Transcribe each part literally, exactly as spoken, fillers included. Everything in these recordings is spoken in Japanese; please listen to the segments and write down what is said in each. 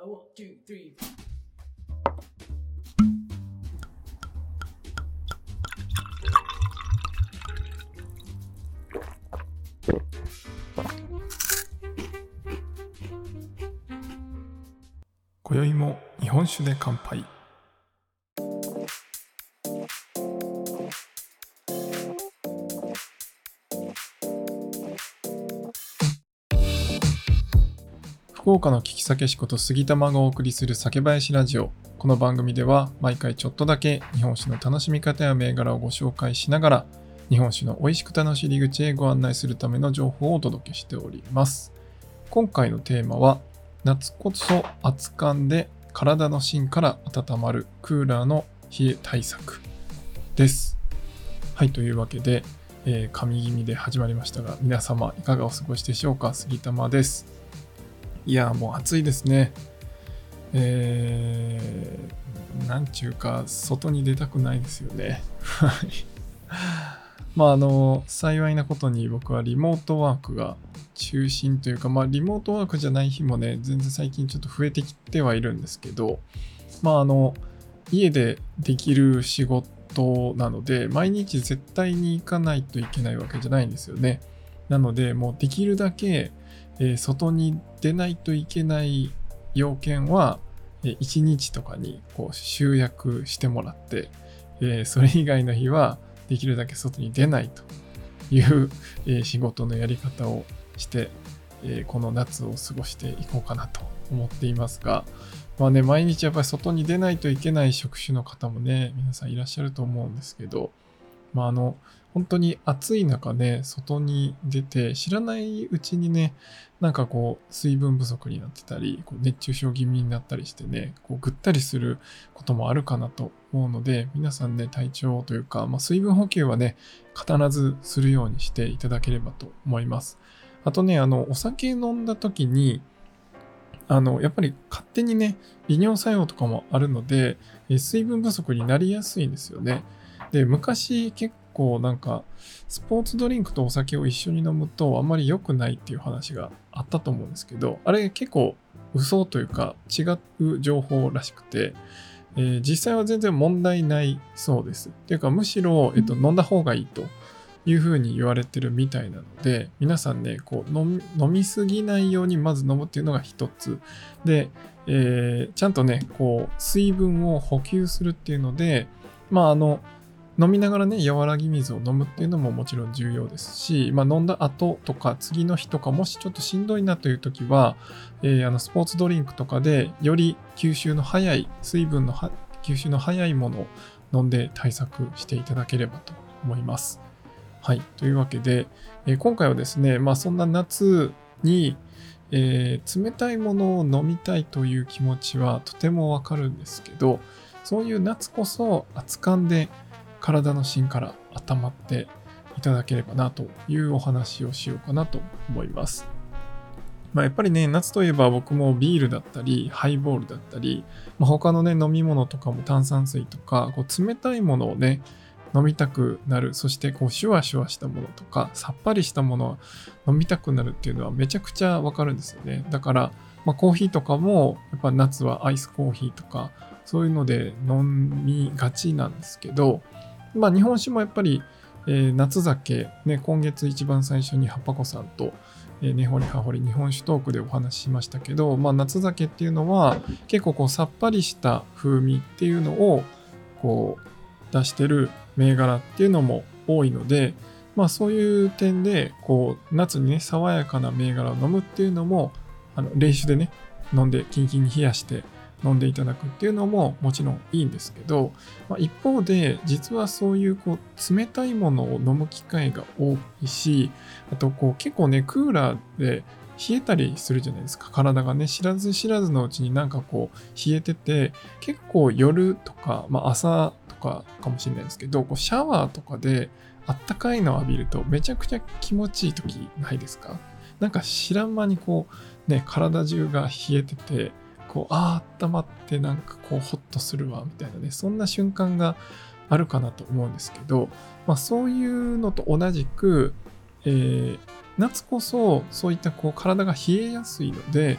one, two, three. 今宵も日本酒で乾杯。福岡の聞き酒師こと杉玉がお送りする酒林ラジオ。この番組では毎回ちょっとだけ日本酒の楽しみ方や銘柄をご紹介しながら、日本酒の美味しく楽しい入り口へご案内するための情報をお届けしております。今回のテーマは、夏こそ熱燗で体の芯から温まるクーラーの冷え対策です。はい、というわけで、えー、神気味で始まりましたが、皆様いかがお過ごしでしょうか。杉玉です。いやもう暑いですね。えー、なんちゅうか外に出たくないですよね。はい。まああの幸いなことに僕はリモートワークが中心というか、まあリモートワークじゃない日もね、全然最近ちょっと増えてきてはいるんですけど、まああの家でできる仕事なので、毎日絶対に行かないといけないわけじゃないんですよね。なのでもうできるだけえー、外に出ないといけない要件は、えー、いちにちとかにこう集約してもらって、えー、それ以外の日はできるだけ外に出ないという、えー、仕事のやり方をして、えー、この夏を過ごしていこうかなと思っていますが、まあね、毎日やっぱり外に出ないといけない職種の方もね、皆さんいらっしゃると思うんですけど、まああの本当に暑い中ね、外に出て知らないうちにね、なんかこう水分不足になってたり、こう熱中症気味になったりしてね、こうぐったりすることもあるかなと思うので、皆さんね、体調というか、まあ、水分補給はね、必ずするようにしていただければと思います。あとね、あのお酒飲んだ時に、あのやっぱり勝手にね、利尿作用とかもあるので、水分不足になりやすいんですよね。で、昔結構構なんかスポーツドリンクとお酒を一緒に飲むとあんまり良くないっていう話があったと思うんですけど、あれ結構嘘というか違う情報らしくて、えー、実際は全然問題ないそうです。っていうかむしろ、えっと、飲んだ方がいいというふうに言われてるみたいなので、皆さんねこう 飲み、飲みすぎないようにまず飲むっていうのが一つで、えー、ちゃんとねこう水分を補給するっていうので、まああの飲みながらね、和らぎ水を飲むっていうのももちろん重要ですし、まあ、飲んだ後とか次の日とか、もしちょっとしんどいなという時は、えー、あのスポーツドリンクとかでより吸収の早い、水分の吸収の早いものを飲んで対策していただければと思います。はい。というわけで、えー、今回はですね、まあそんな夏に、えー、冷たいものを飲みたいという気持ちはとてもわかるんですけど、そういう夏こそ熱燗で体の芯から温まっていただければなというお話をしようかなと思います。まあ、やっぱりね、夏といえば僕もビールだったり、ハイボールだったり、まあ、他のね、飲み物とかも炭酸水とか、こう冷たいものをね、飲みたくなる。そしてこうシュワシュワしたものとか、さっぱりしたものを飲みたくなるっていうのはめちゃくちゃわかるんですよね。だから、まあ、コーヒーとかも、やっぱ夏はアイスコーヒーとか、そういうので飲みがちなんですけど、まあ日本酒もやっぱり、えー、夏酒、ね、今月一番最初にハパコさんと、えー、根掘り葉掘り日本酒トークでお話ししましたけど、まあ夏酒っていうのは結構こうさっぱりした風味っていうのをこう出してる銘柄っていうのも多いので、まあそういう点でこう夏にね爽やかな銘柄を飲むっていうのもあの冷酒でね飲んでキンキンに冷やして飲んでいただくっていうのももちろんいいんですけど、まあ、一方で実はそういうこう冷たいものを飲む機会が多いし、あとこう結構ねクーラーで冷えたりするじゃないですか。体がね知らず知らずのうちになんかこう冷えてて、結構夜とか、まあ、朝とかかもしれないですけど、こうシャワーとかであったかいのを浴びるとめちゃくちゃ気持ちいい時ないですか？なんか知らん間にこうね体中が冷えてて、こうああ温まってなんかこうホッとするわみたいなね、そんな瞬間があるかなと思うんですけど、まあそういうのと同じく、えー、夏こそそういったこう体が冷えやすいので、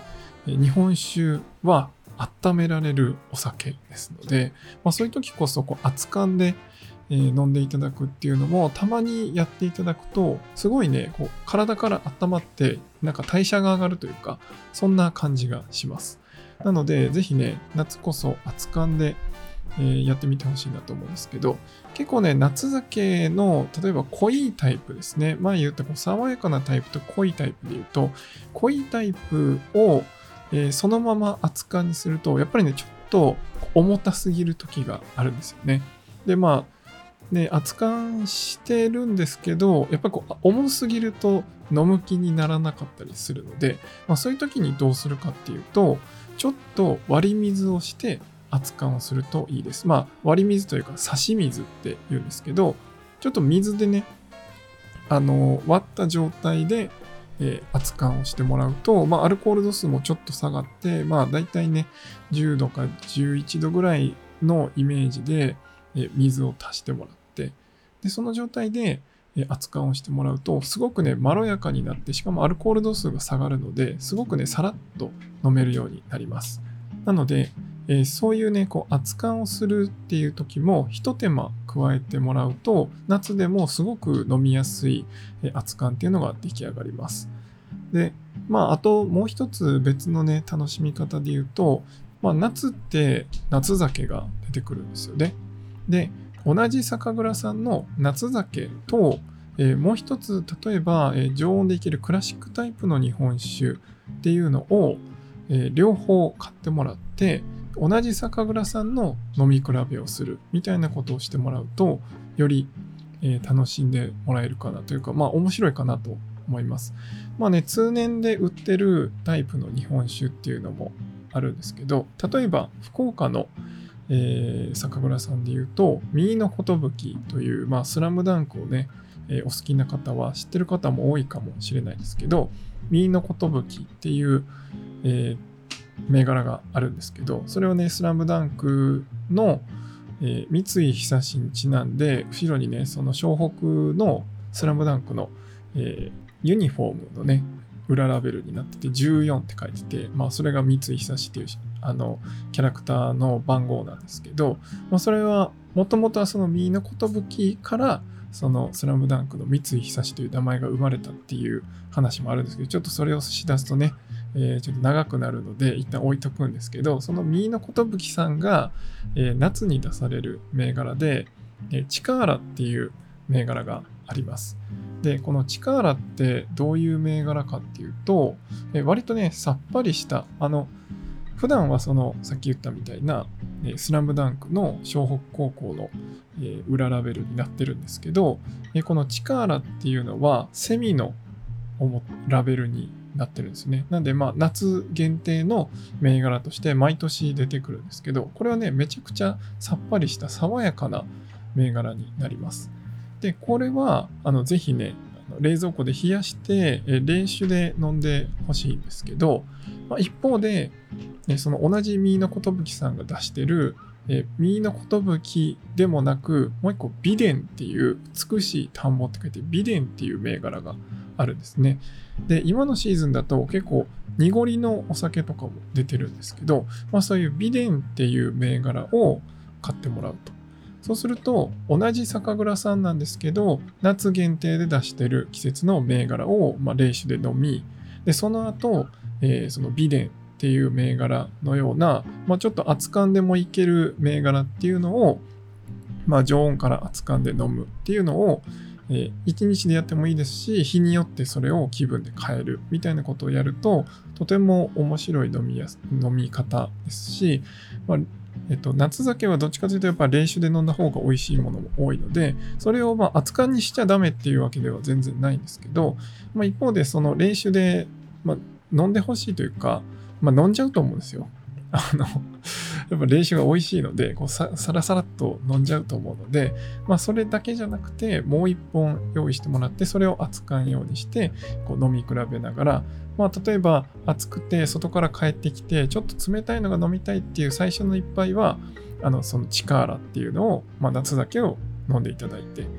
日本酒は温められるお酒ですので、まあ、そういう時こそこう熱燗でえー、飲んでいただくっていうのもたまにやっていただくとすごいねこう体から温まってなんか代謝が上がるというかそんな感じがします。なのでぜひね夏こそ熱燗で、えー、やってみてほしいなと思うんですけど、結構ね夏酒の例えば濃いタイプですね、前言ったこう爽やかなタイプと濃いタイプで言うと、濃いタイプを、えー、そのまま熱燗にするとやっぱりねちょっと重たすぎる時があるんですよね。でまあで熱燗してるんですけど、やっぱりこう重すぎると飲む気にならなかったりするので、まあ、そういう時にどうするかっていうと、ちょっと割り水をして熱燗をするといいです。まあ割り水というか差し水って言うんですけど、ちょっと水でね、あの割った状態で、えー、熱燗をしてもらうと、まあ、アルコール度数もちょっと下がって、まあ大体ねじゅうどかじゅういちどぐらいのイメージで水を足してもらって、でその状態で熱燗をしてもらうとすごくねまろやかになって、しかもアルコール度数が下がるのですごくねさらっと飲めるようになります。なので、えー、そういうねこう熱燗をするっていう時も一手間加えてもらうと夏でもすごく飲みやすい熱燗っていうのが出来上がります。でまああともう一つ別のね楽しみ方で言うと、まあ、夏って夏酒が出てくるんですよね。で同じ酒蔵さんの夏酒と、えー、もう一つ例えば、えー、常温でいけるクラシックタイプの日本酒っていうのを、えー、両方買ってもらって同じ酒蔵さんの飲み比べをするみたいなことをしてもらうとより、えー、楽しんでもらえるかなというか、まあ面白いかなと思います。まあね通年で売ってるタイプの日本酒っていうのもあるんですけど、例えば福岡のえー、酒蔵さんで言うと右の寿という、まあ、スラムダンクをね、えー、お好きな方は知ってる方も多いかもしれないですけど、右の寿っていう、えー、銘柄があるんですけど、それをねスラムダンクの、えー、三井久志にちなんで後ろにねその湘北のスラムダンクの、えー、ユニフォームのね裏ラベルになっててじゅうよんって書いてて、まあそれが三井久志っていうあのキャラクターの番号なんですけど、まあ、それはもともとはその右の寿からそのスラムダンクの三井久志という名前が生まれたっていう話もあるんですけど、ちょっとそれをしだすとね、えー、ちょっと長くなるので一旦置いとくんですけど、その右の寿さんが、えー、夏に出される銘柄で、えー、チカーラっていう銘柄があります。でこのチカーラってどういう銘柄かっていうと、えー、割とねさっぱりしたあの普段はそのさっき言ったみたいな、えー、スラムダンクの湘北高校の、えー、裏ラベルになってるんですけど、えー、このチカーラっていうのはセミのラベルになってるんですね。なんでまあ夏限定の銘柄として毎年出てくるんですけど、これはねめちゃくちゃさっぱりした爽やかな銘柄になります。でこれはあのぜひね冷蔵庫で冷やして冷酒で飲んでほしいんですけど、まあ、一方でその同じ右の寿さんが出してる右の寿でもなくもう一個美伝っていう美しい田んぼって書いて美伝っていう銘柄があるんですね。で今のシーズンだと結構濁りのお酒とかも出てるんですけど、まあ、そういう美伝っていう銘柄を買ってもらうと、そうすると同じ酒蔵さんなんですけど夏限定で出してる季節の銘柄を、まあ、冷酒で飲み、でその後、えー、その美伝っていう銘柄のような、まあ、ちょっと熱燗でもいける銘柄っていうのを、まあ、常温から熱燗で飲むっていうのを、えー、いちにちでやってもいいですし、日によってそれを気分で変えるみたいなことをやるととても面白い飲みやす飲み方ですし、まあえっと、夏酒はどっちかというとやっぱ冷酒で飲んだ方が美味しいものも多いので、それをまあ熱燗にしちゃダメっていうわけでは全然ないんですけど、まあ、一方でその冷酒で、まあ、飲んでほしいというか、まあ、飲んじゃうと思うんですよ。あのやっぱ冷酒が美味しいのでこう さ, さらさらっと飲んじゃうと思うので、まあ、それだけじゃなくてもう一本用意してもらって、それを熱燗ようにしてこう飲み比べながら、まあ、例えば暑くて外から帰ってきてちょっと冷たいのが飲みたいっていう最初の一杯はあのそのチカーラっていうのを、まあ、夏酒を飲んでいただいて、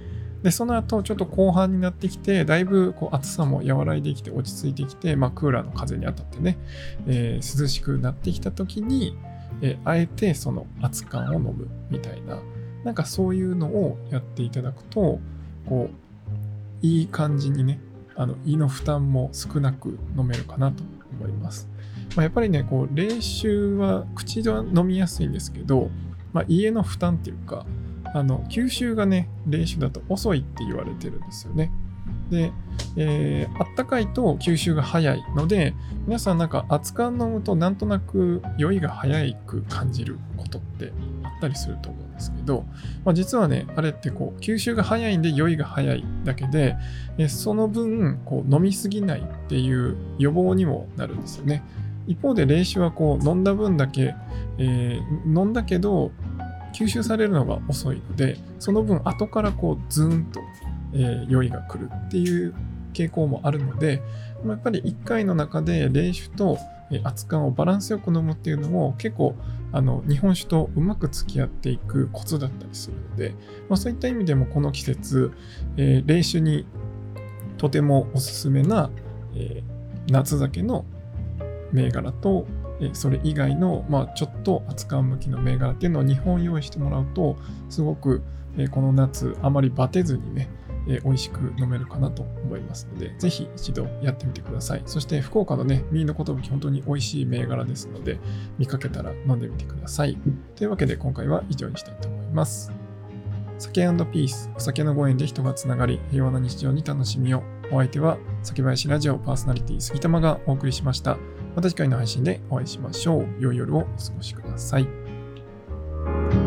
で、その後ちょっと後半になってきて、だいぶこう暑さも和らいできて落ち着いてきて、まあ、クーラーの風に当たってね、えー、涼しくなってきた時に、えー、あえてその熱燗を飲むみたいな、なんかそういうのをやっていただくと、こう、いい感じにね、あの胃の負担も少なく飲めるかなと思います。まあ、やっぱりね、こう冷酒は口では飲みやすいんですけど、まあ、胃への負担っていうか、あの吸収がね、冷酒だと遅いって言われてるんですよね。で、えー、あったかいと吸収が早いので、皆さんなんか熱燗飲むとなんとなく酔いが早く感じることってあったりすると思うんですけど、まあ、実はね、あれってこう吸収が早いんで酔いが早いだけで、えその分こう飲みすぎないっていう予防にもなるんですよね。一方で冷酒はこう飲んだ分だけ、えー、飲んだけど吸収されるのが遅いので、その分後からこうズーンと、えー、酔いが来るっていう傾向もあるので、やっぱりいっかいの中で冷酒と熱燗をバランスよく飲むっていうのも結構あの日本酒とうまく付き合っていくコツだったりするので、まあ、そういった意味でもこの季節、えー、冷酒にとてもおすすめな、えー、夏酒の銘柄とそれ以外の、まあ、ちょっと熱燗向きの銘柄っていうのをにほん用意してもらうと、すごくこの夏あまりバテずにね、美味しく飲めるかなと思いますので、ぜひ一度やってみてください。そして福岡のね、三井の寿本当に美味しい銘柄ですので、見かけたら飲んでみてください。というわけで今回は以上にしたいと思います。酒&ピース、お酒のご縁で人がつながり、平和な日常に楽しみを。お相手は酒林ラジオパーソナリティ杉玉がお送りしました。また次回の配信でお会いしましょう。良い夜をお過ごしください。